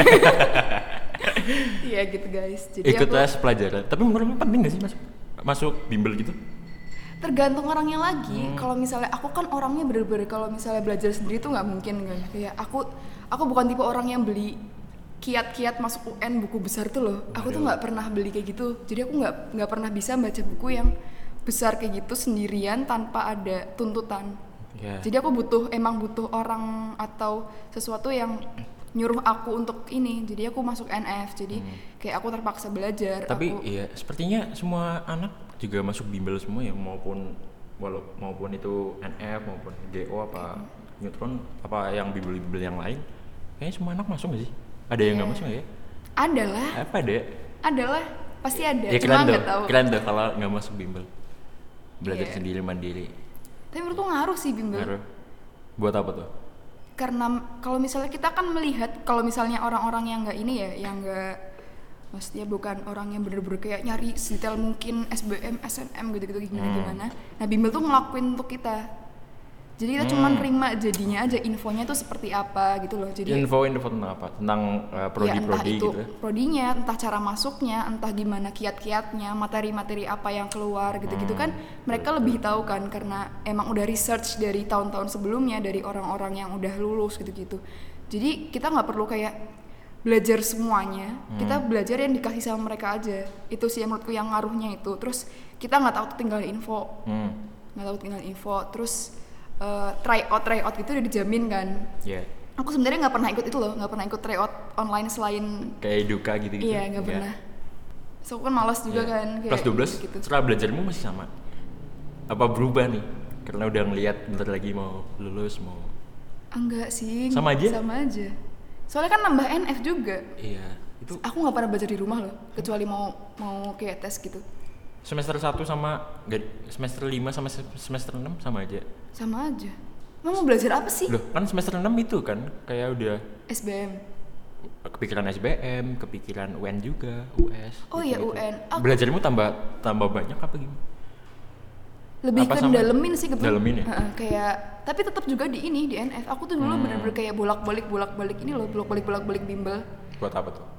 iya gitu guys. Jadi Ikut aku les pelajaran. Tapi menurutmu penting gak sih masuk bimbel gitu? tergantung orangnya lagi. Kalau misalnya aku kan orangnya bener-bener kalau misalnya belajar sendiri tuh nggak mungkin kan. Kayak aku bukan tipe orang yang beli kiat-kiat masuk UN buku besar tuh loh. Aku tuh nggak pernah beli kayak gitu. Jadi aku nggak pernah bisa baca buku yang besar kayak gitu sendirian tanpa ada tuntutan. Yeah. Jadi aku emang butuh orang atau sesuatu yang nyuruh aku untuk ini. Jadi aku masuk NF. Jadi kayak aku terpaksa belajar. Tapi iya, sepertinya semua anak juga masuk bimbel semua ya, maupun itu NF maupun GO apa Neutron apa yang bimbel-bimbel yang lain. Kayaknya semua anak masuk gak sih? Ada yang nggak masuk nggak ya? Ada lah. Apa ada? Ada lah. Pasti ada. Ya Cuma nggak tahu. Keren tuh kalau nggak masuk bimbel. Belajar sendiri mandiri. Tapi menurutku ngaruh sih bimbel. Ngaruh. Buat apa tuh? Karena kalau misalnya kita kan melihat kalau misalnya orang-orang yang nggak ini ya, yang nggak, maksudnya bukan orang yang bener-bener kayak nyari sedetail mungkin SBM, SNM gitu-gitu gimana. Nah bimbel tuh ngelakuin untuk kita. Jadi kita cuma nerima jadinya aja, infonya tuh seperti apa gitu loh. Jadi info tentang apa? Tentang prodi-prodi gitu. Prodinya, entah cara masuknya, entah gimana kiat-kiatnya, materi-materi apa yang keluar gitu-gitu kan mereka lebih tahu kan, karena emang udah research dari tahun-tahun sebelumnya dari orang-orang yang udah lulus gitu-gitu. Jadi kita nggak perlu kayak belajar semuanya, kita belajar yang dikasih sama mereka aja. Itu sih yang menurutku yang ngaruhnya itu. Terus kita nggak tahu tinggal info, terus try out gitu udah dijamin kan. Iya. Aku sebenarnya nggak pernah ikut itu loh, nggak pernah ikut try out online selain kayak Duka gitu. Iya, nggak pernah. So aku kan malas juga kan. Kelas 12 gitu. Setelah belajarmu masih sama? Apa berubah nih? Karena udah ngelihat bentar lagi mau lulus mau. Enggak sih. Sama aja. Soalnya kan nambah NF juga. Iya. Itu. Aku nggak pernah belajar di rumah loh, kecuali mau kayak tes gitu. Semester 1 sama semester 5 sama semester 6 sama aja. Sama aja. Mau belajar apa sih? Loh, kan semester 6 itu kan kayak udah SBM. Kepikiran SBM, kepikiran UN juga, US. Oh iya gitu. UN. Belajarmu tambah banyak apa gimana? Lebih ke dalemin sih Dalemin ya? Kayak tapi tetap juga di NF. Aku tuh dulu bener-bener kayak bolak-balik ini loh, bolak-balik bimbel. Buat apa tuh?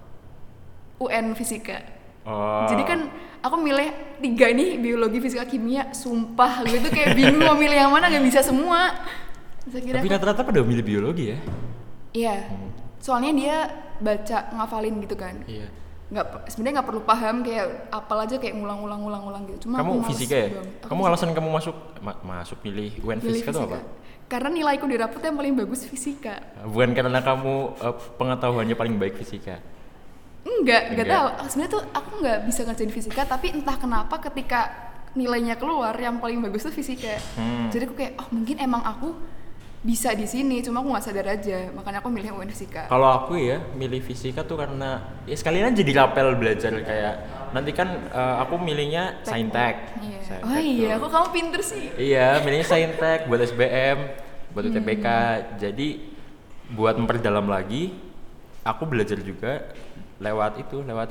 UN fisika. Oh. Jadi kan aku milih 3 nih, biologi, fisika, kimia. Sumpah gue tuh kayak bingung mau milih yang mana, gak bisa semua. Tapi rata-rata pada milih biologi ya? Iya. Soalnya dia baca ngafalin gitu kan. Iya. Sebenarnya nggak perlu paham, kayak apal aja kayak ngulang gitu. Cuma kamu fisika ya? Kamu alasan kamu masuk pilih UN fisika tuh apa? Karena nilaiku di rapot yang paling bagus fisika. Bukan karena kamu pengetahuannya paling baik fisika. Enggak tahu. Sebenarnya tuh aku nggak bisa ngerjain fisika, tapi entah kenapa ketika nilainya keluar yang paling bagus tuh fisika. Jadi aku kayak mungkin emang aku bisa di sini, cuma aku nggak sadar aja, makanya aku milih UN fisika. Kalau aku ya milih fisika tuh karena ya sekalian jadi rapel belajar kayak nanti kan aku milihnya saintek. Iya. Kok kamu pinter sih? Iya, milihnya saintek buat SBM, buat UTBK. Jadi buat memperdalam lagi, aku belajar juga lewat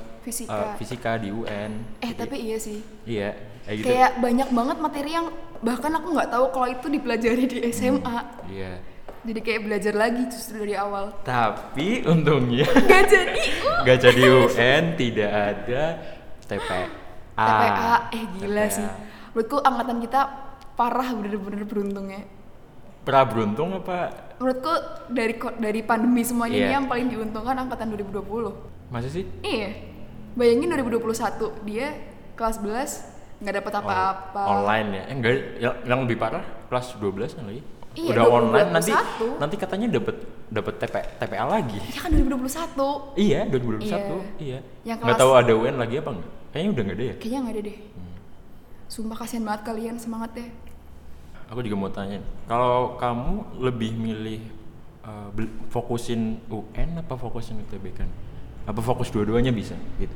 fisika di UN. Tapi iya sih. Iya, gitu. Kayak banyak banget materi yang bahkan aku nggak tahu kalau itu dipelajari di SMA. Iya. Jadi kayak belajar lagi justru dari awal. Tapi untungnya nggak jadi UN, tidak ada TPA. Gila sih. Menurutku angkatan kita parah, bener-bener beruntungnya. Beruntung apa? Menurutku dari pandemi semuanya ini yang paling diuntungkan angkatan 2020. Masa sih? Iya. Bayangin 2021 dia kelas 11 nggak dapat apa-apa. Online ya? Enggak, yang lebih parah kelas 12 kan lagi. Iya, udah 2021. Online nanti katanya dapat TPA lagi. Ya kan 2021. Iya, 2021. Iya. Nggak tahu ada UN lagi apa enggak? Kayaknya udah nggak ada ya? Kayaknya nggak ada deh. Sumpah kasihan banget kalian, semangat deh. Aku juga mau tanya, kalau kamu lebih milih fokusin UN apa fokusin UTBK? Apa fokus dua-duanya bisa gitu?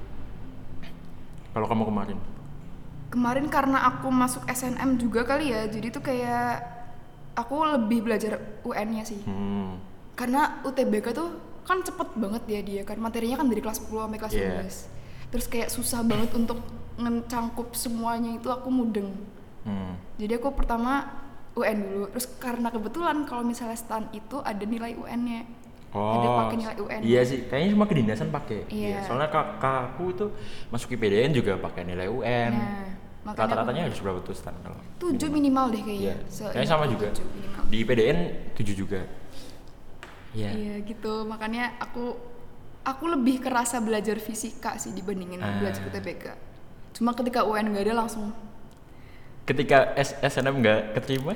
Kalau kamu kemarin karena aku masuk SNM juga kali ya, jadi tuh kayak aku lebih belajar UN-nya sih. Karena UTBK tuh kan cepet banget dia kan materinya kan dari kelas 10 sampai kelas 12. Terus kayak susah banget untuk ngecangkup semuanya, itu aku mudeng. Jadi aku pertama UN dulu, terus karena kebetulan kalau misalnya STAN itu ada nilai UN-nya. Ada pakai nilai UN. Iya sih, kayaknya cuma kedinasan pakai. Iya. Soalnya kakakku itu masuk IPDN juga pakai nilai UN. Nah, rata-ratanya harus berapa tuh STAN kalau? 7 minimal deh kayaknya. Kayaknya sama juga. Di IPDN 7 juga. Iya gitu, makanya aku lebih kerasa belajar fisika sih dibandingin belajar UTBK. Cuma ketika UN nggak ada langsung ketika SNM nggak keterima?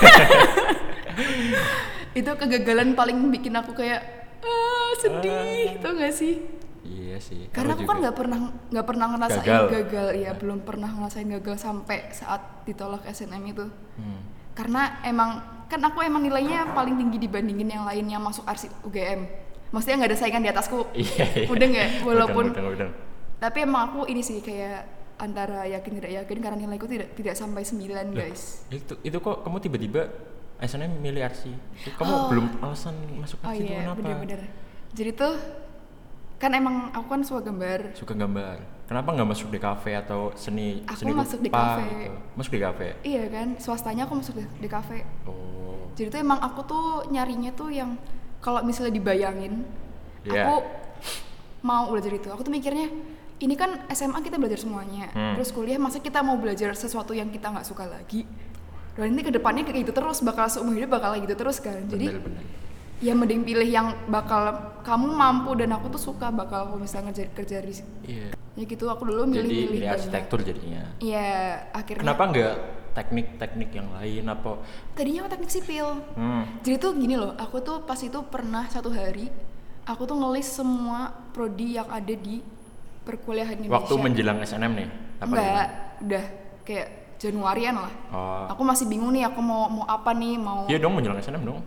Itu kegagalan paling bikin aku kayak sedih, tau gak sih? Iya sih. Karena aku kan nggak pernah ngerasain gagal, ya belum pernah ngerasain gagal sampai saat ditolak SNM itu. Karena kan aku emang nilainya paling tinggi dibandingin yang lain yang masuk arsip UGM. Maksudnya nggak ada saingan di atasku. Iya. Udah nggak, walaupun. Udah. Tapi emang aku ini sih kayak antara yakin tidak yakin karena nilaiku tidak sampai 9 guys. Itu kok kamu tiba-tiba SNM milih arsi? Kamu belum alasan masuk arsi itu kenapa? Bener-bener. Jadi tuh kan emang aku kan suka gambar. Kenapa nggak masuk di kafe atau seni masuk di rupa kafe. gitu? Masuk di kafe? Iya kan, swastanya aku masuk di kafe. Oh. Jadi tuh emang aku tuh nyarinya tuh yang kalau misalnya dibayangin, aku mau belajar itu. Aku tuh mikirnya ini kan SMA kita belajar semuanya, terus kuliah masa kita mau belajar sesuatu yang kita nggak suka lagi. Dan ini kedepannya kayak gitu terus, bakal seumur hidup bakal gitu terus kan. Jadi bener. Ya mending pilih yang bakal kamu mampu dan aku tuh suka bakal aku misalnya kerja di Iya. Ya gitu aku dulu milih arsitektur jadinya. Iya, akhirnya. Kenapa nggak teknik yang lain apa? Tadinya aku teknik sipil. Jadi tuh gini loh, aku tuh pas itu pernah satu hari aku tuh ngelis semua prodi yang ada di perkuliahan Indonesia. Waktu menjelang SNM nih? Enggak, udah kayak Januarian lah. Aku masih bingung nih aku mau apa nih, mau. Iya dong, menjelang SNM dong.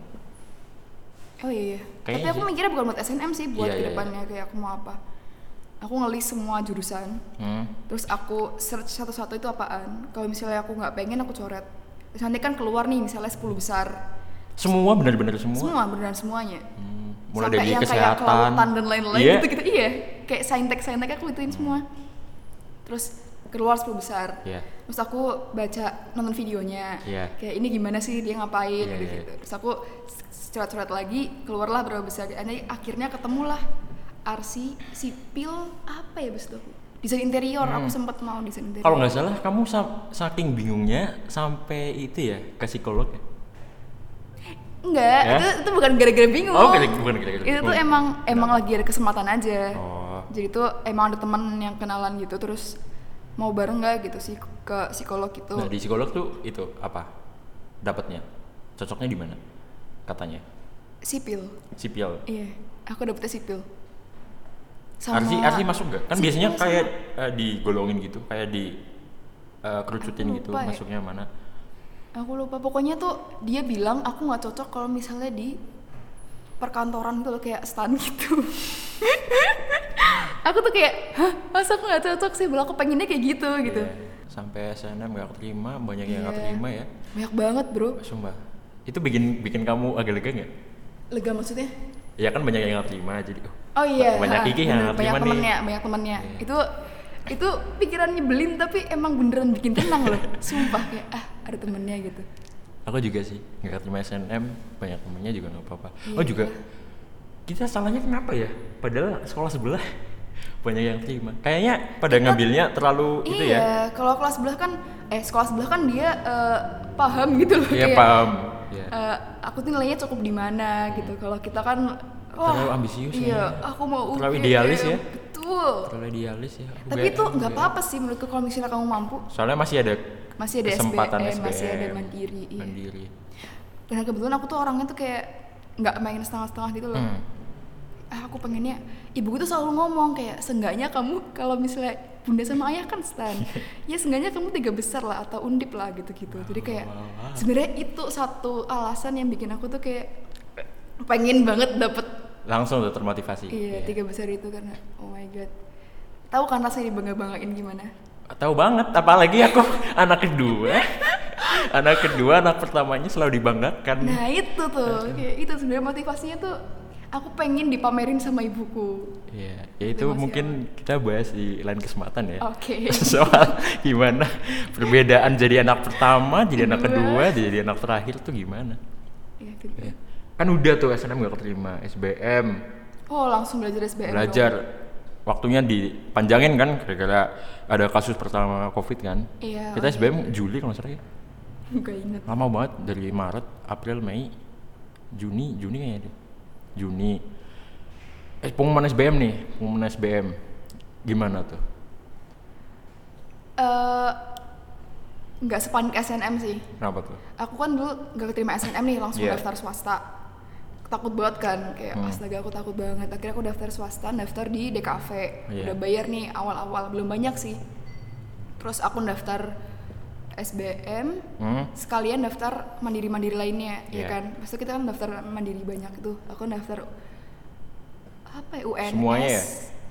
Oh iya. Tapi aku mikirnya bukan buat SNM sih, buat kedepannya kayak aku mau apa. Aku ngelis semua jurusan, terus aku search satu-satu itu apaan. Kalau misalnya aku nggak pengen aku coret. Terus nanti kan keluar nih misalnya 10 besar. Semua benar-benar semua? Semua, beneran semuanya. Mulai sampai dari yang kesehatan, kayak kelautan dan lain-lain gitu-gitu. Iya, kayak saintek aku ituin semua. Terus keluar 10 besar. Terus aku baca, nonton videonya. Kayak ini gimana sih dia ngapain gitu. Terus aku coret-coret lagi, keluarlah berapa besar. Akhirnya ketemulah arsi sipil apa ya bes tuh? Desain interior. Aku sempet mau desain interior. Kalau nggak salah kamu saking bingungnya sampai itu ya ke psikolog ya? Enggak, itu bukan gara-gara bingung. Oh, bukan gara-gara. Itu tuh emang lagi ada kesempatan aja. Jadi tuh emang ada teman yang kenalan gitu, terus mau bareng nggak gitu sih ke psikolog itu. Nah di psikolog tuh itu apa? Dapatnya? Cocoknya di mana? Katanya? Sipil. Iya, aku dapetnya sipil. Arsi masuk nggak? Kan biasanya kayak digolongin gitu, kayak di kerucutin gitu, masuknya mana? Aku lupa, pokoknya tuh dia bilang aku nggak cocok kalau misalnya di perkantoran gitu loh, kayak stan gitu. Aku tuh kayak, masa aku nggak cocok sih, aku pengennya kayak gitu. Sampai SNM nggak keterima, banyak yang nggak terima ya? Banyak banget bro. Sumpah, itu bikin kamu agak lega nggak? Lega maksudnya? Ya kan banyak yang nggak terima, jadi banyak gigi yang nggak terima nih. Banyak temennya. Itu pikiran nyebelin tapi emang beneran bikin tenang loh. Sumpah kayak ada temennya gitu. Aku juga sih nggak terima SNM, banyak temennya juga nggak apa-apa. Juga kita salahnya kenapa ya? Padahal sekolah sebelah banyak yang terima. Kayaknya pada ngambilnya terlalu itu ya. Iya, kalau kelas sebelah kan sekolah sebelah kan dia paham gitu loh. Iya, kayak, paham. Aku tuh nilainya cukup di mana gitu. Kalau kita kan terlalu ambisius. Iya, aku mau terlalu idealis ya. Betul. Terlalu idealis ya. Tapi itu nggak apa-apa sih menurutku kalau misalnya kamu mampu. Soalnya masih ada kesempatan SBM, masih ada mandiri. Mandiri. Dan kebetulan aku tuh orangnya tuh kayak nggak main setengah-setengah gitu loh. Aku pengennya, ibuku tuh selalu ngomong kayak seenggaknya kamu kalau misalnya bunda sama ayah kan stan, ya seenggaknya kamu 3 besar lah atau undip lah gitu-gitu. Jadi kayak sebenarnya itu satu alasan yang bikin aku tuh kayak pengen banget dapet. Langsung udah termotivasi. Iya, 3 besar itu karena oh my god. Tahu kan rasanya dibangga-banggain gimana? Tahu banget, apalagi aku anak kedua. Anak pertamanya selalu dibanggakan. Nah, itu tuh. Kayak itu sebenarnya motivasinya tuh aku pengen dipamerin sama ibuku. Iya, ya itu mungkin kita bahas di lain kesempatan ya. Oke. Soal gimana perbedaan jadi anak pertama, jadi anak kedua, jadi anak terakhir tuh gimana? Iya, gitu. Ya. Kan udah tuh SNM gak keterima, SBM. Oh, langsung belajar SBM. Belajar. Waktunya dipanjangin kan gara-gara ada kasus pertama Covid kan. Iya. Kita SBM Juli kalau nggak salah ya. Gak inget. Lama banget dari Maret, April, Mei, Juni kayaknya deh. Juni. Pengumuman SBM nih, pengumuman SBM. Gimana tuh? nggak sepanik SNM sih. Kenapa tuh? Aku kan dulu nggak keterima SNM nih, langsung Iya. daftar swasta. Takut banget kan, kayak astaga aku takut banget. Akhirnya aku daftar swasta, daftar di DKV. Iya. Udah bayar nih awal-awal, belum banyak sih. Terus aku daftar SBM, sekalian daftar mandiri-mandiri lainnya, ya Iya. kan. Pasti kita kan daftar mandiri banyak tuh. Aku daftar apa ya, UNS, Semuanya ya?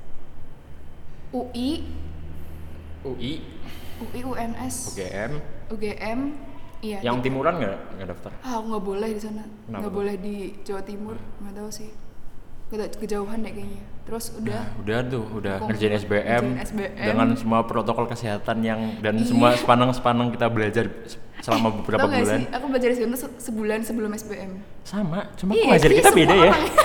UI, UI, UNS, UGM, iya. yang timuran nggak daftar? Aku nggak boleh di sana, Kenapa nggak tuh? boleh di Jawa Timur, nggak tahu sih. Kejauhan deh kayaknya. Terus udah. Nah, udah Aku ngerjain SBM, ngerjain SBM. dengan semua protokol kesehatan dan Iya. semua sepanang kita belajar selama beberapa Tau gak bulan. sih, aku belajar SBM tuh sebulan sebelum SBM. Sama, cuma Iya, ngajar jadi kita semua beda ya. orang.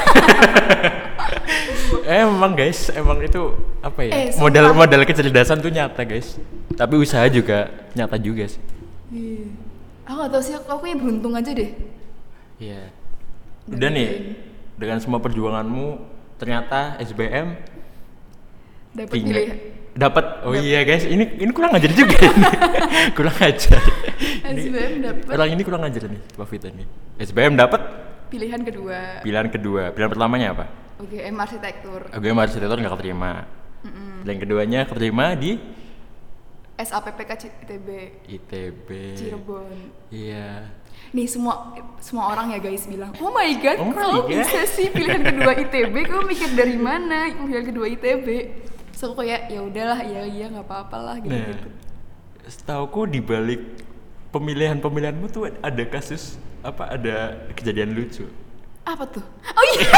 Emang guys, emang itu apa ya? Sumpah. Modal kecerdasan tuh nyata guys. Tapi usaha juga nyata juga sih. Iya. Aku gak tau sih, aku yang beruntung aja deh. Iya. Udah nih, dengan semua perjuanganmu ternyata SBM Dapat tinggal pilih dapat. Oh iya guys, ini kurang ajar juga ini. Kurang ajar. SBM dapat Orang ini kurang ajar nih, Pak Vita nih. SBM dapat pilihan kedua. pilihan kedua. Pilihan pertamanya apa? UGM arsitektur. Gue arsitektur nggak keterima. Pilihan keduanya keterima di SAPPK ITB ITB. Cirebon. Iya. Nih semua orang ya guys bilang, "Oh my god, Oh my kamu God." bisa sih pilihan kedua ITB, kamu mikir dari mana pilihan kedua ITB?" So aku kayak ya udahlah, iya nggak apa-apa lah gitu. Nah, setauku di balik pemilihanmu tuh ada kasus ada kejadian lucu. Apa tuh? Oh iya.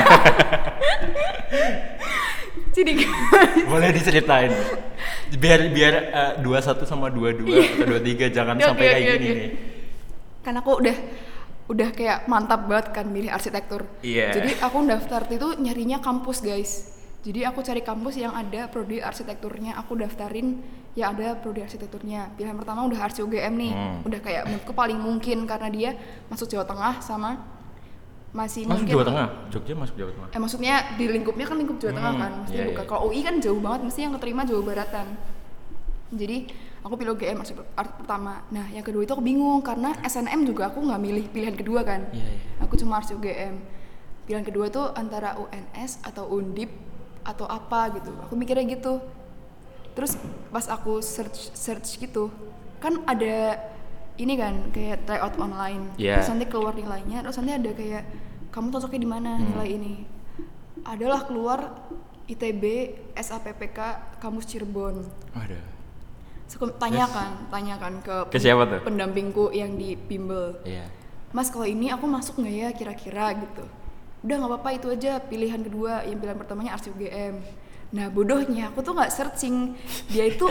Jadi Boleh diceritain. Biar 21 sama 22 atau 23 jangan Oke, sampai kayak oke, gini oke. nih. Kan aku udah kayak mantap banget kan milih arsitektur. Iya. Jadi aku daftar itu nyarinya kampus guys. Jadi aku cari kampus yang ada prodi arsitekturnya, aku daftarin yang ada prodi arsitekturnya. Pilihan pertama udah Arsi UGM nih, udah kayak menurutku paling mungkin karena dia masuk Jawa Tengah sama masih Masuk mungkin. Jawa Tengah? Jogja masuk Jawa Tengah? Maksudnya di lingkupnya kan lingkup Jawa Tengah kan, mesti iya, bukan. iya. Kalau UI kan jauh banget, mesti yang keterima Jawa Baratan. Jadi aku pilih UGM art pertama. Nah yang kedua itu aku bingung karena SNM juga aku nggak milih pilihan kedua kan. Iya, iya. Aku cuma Arsi UGM. Pilihan kedua tuh antara UNS atau Undip atau apa gitu. Aku mikirnya gitu. Terus pas aku search gitu, kan ada ini kan kayak tryout online. Iya. Terus nanti keluar nilainya, terus nanti ada kayak kamu cocoknya di mana nilai ini. Adalah keluar ITB SAPPK Kampus Cirebon. Waduh. So, aku tanyakan Ke siapa tuh? pendampingku yang di bimbel. Iya. Mas kalau ini aku masuk nggak ya kira-kira gitu. Udah nggak apa-apa, itu aja pilihan kedua. Yang pilihan pertamanya Arsi UGM. Nah bodohnya aku tuh nggak searching dia itu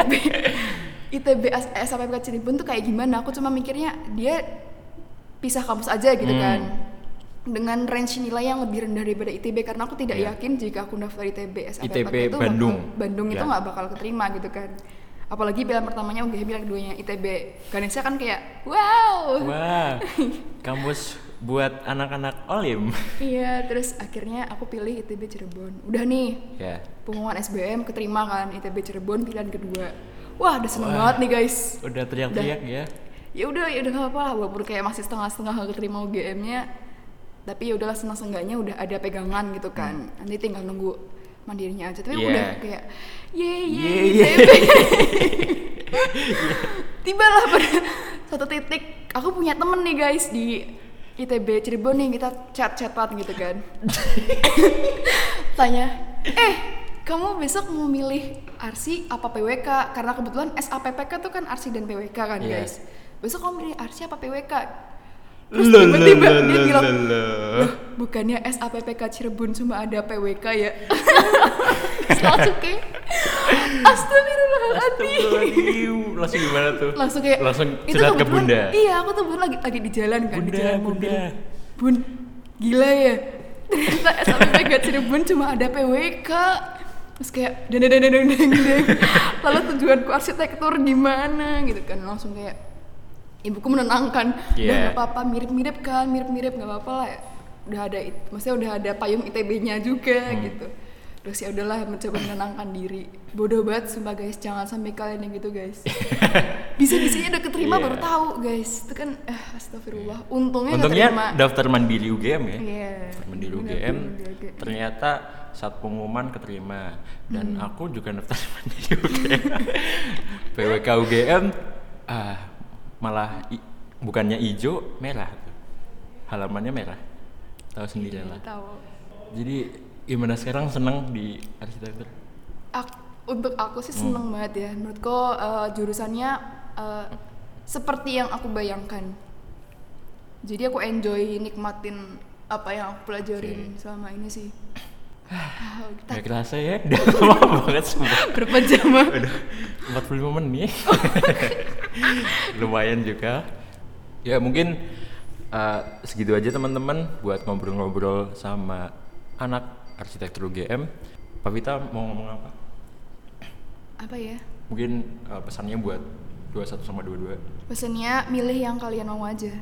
ITB SAPPK Cirebon tuh kayak gimana. Aku cuma mikirnya dia pisah kampus aja gitu kan, dengan range nilai yang lebih rendah daripada ITB, karena aku tidak yakin jika aku daftar ITB SAPPK ITB itu Bandung itu Ya. nggak bakal keterima gitu kan. Apalagi pilihan pertamanya UGM, pilihan keduanya ITB. Ganesha kan kayak wow. Wah, kampus buat anak-anak olim. Iya, terus akhirnya aku pilih ITB Cirebon. Udah nih, Ya. pengumuman SBM keterima kan, ITB Cirebon pilihan kedua. Wah, udah seneng banget nih guys. Udah teriak-teriak ya. Ya udah nggak apa-apa lah, walaupun kayak masih setengah-setengah nggak keterima UGM-nya. Tapi ya udahlah, senang-senggaknya udah ada pegangan gitu kan. Nanti tinggal nunggu mandirinya aja. Tapi Iya. udah kayak Yeay. ITB. Tibalah pada satu titik, aku punya temen nih guys di ITB Cirebon nih, kita chat-chatan gitu kan. Tanya, kamu besok mau milih Arsi apa PWK? Karena kebetulan SAPPK tuh kan Arsi dan PWK kan Iya. guys. Besok kamu milih Arsi apa PWK? Terus tiba-tiba dia bilang, "Loh, bukannya SAPPK Cirebon cuma ada PWK ya?" Terus langsung kayak, astagfirullahaladzim. Langsung gimana tuh? Langsung kayak itu curhat ke kebetulan- Bunda. Iya, aku tuh bener lagi di jalan kan, di Bunda, jalan mobil. Bunda. Bun, gila ya. Ternyata SAPPK Cirebon cuma ada PWK. Terus kayak deng. Lalu tujuanku arsitektur gimana gitu kan. Langsung kayak ibuku menenangkan. Iya. Udah nggak apa-apa, mirip-mirip nggak apa-apa lah. Udah ada, maksudnya udah ada payung ITB-nya juga gitu. Terus ya udahlah mencoba menenangkan diri. Bodoh banget sumpah guys, jangan sampai kalian yang gitu guys. Bisa-bisanya udah keterima baru tahu guys. Itu kan astagfirullah. Untungnya keterima. Daftar mandiri UGM ya. Iya. Mandiri UGM. Ternyata saat pengumuman keterima dan aku juga daftar mandiri UGM. PWK UGM malah bukannya hijau, merah. Halamannya merah. Tahu sendiri lah. Tahu. Jadi gimana sekarang, seneng di arsitektur? Untuk aku sih seneng banget ya. Menurutku jurusannya seperti yang aku bayangkan. Jadi aku enjoy nikmatin apa yang aku pelajarin selama ini sih. Gak kerasa ya, udah lama banget semua. Berapa jam? Udah 45 menit. Lumayan juga. Ya mungkin segitu aja teman-teman buat ngobrol-ngobrol sama anak arsitektur UGM. Pak Vita mau ngomong apa? Apa ya? Mungkin pesannya buat 21 sama 22. Pesannya milih yang kalian mau aja.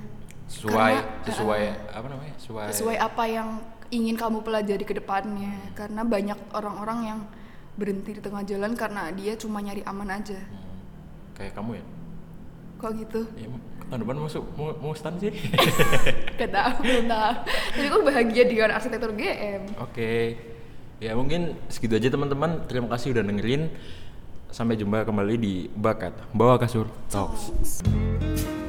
Sesuai apa yang ingin kamu pelajari ke depannya. Karena banyak orang-orang yang berhenti di tengah jalan karena dia cuma nyari aman aja. Kayak kamu ya? Kok gitu? Ya, tahun depan mau stand sih. Gak tahu, belum tahu. Tapi aku bahagia dengan arsitektur GM. Oke. Ya mungkin segitu aja teman-teman. Terima kasih udah dengerin. Sampai jumpa kembali di Bakat Bawah Kasur Talks.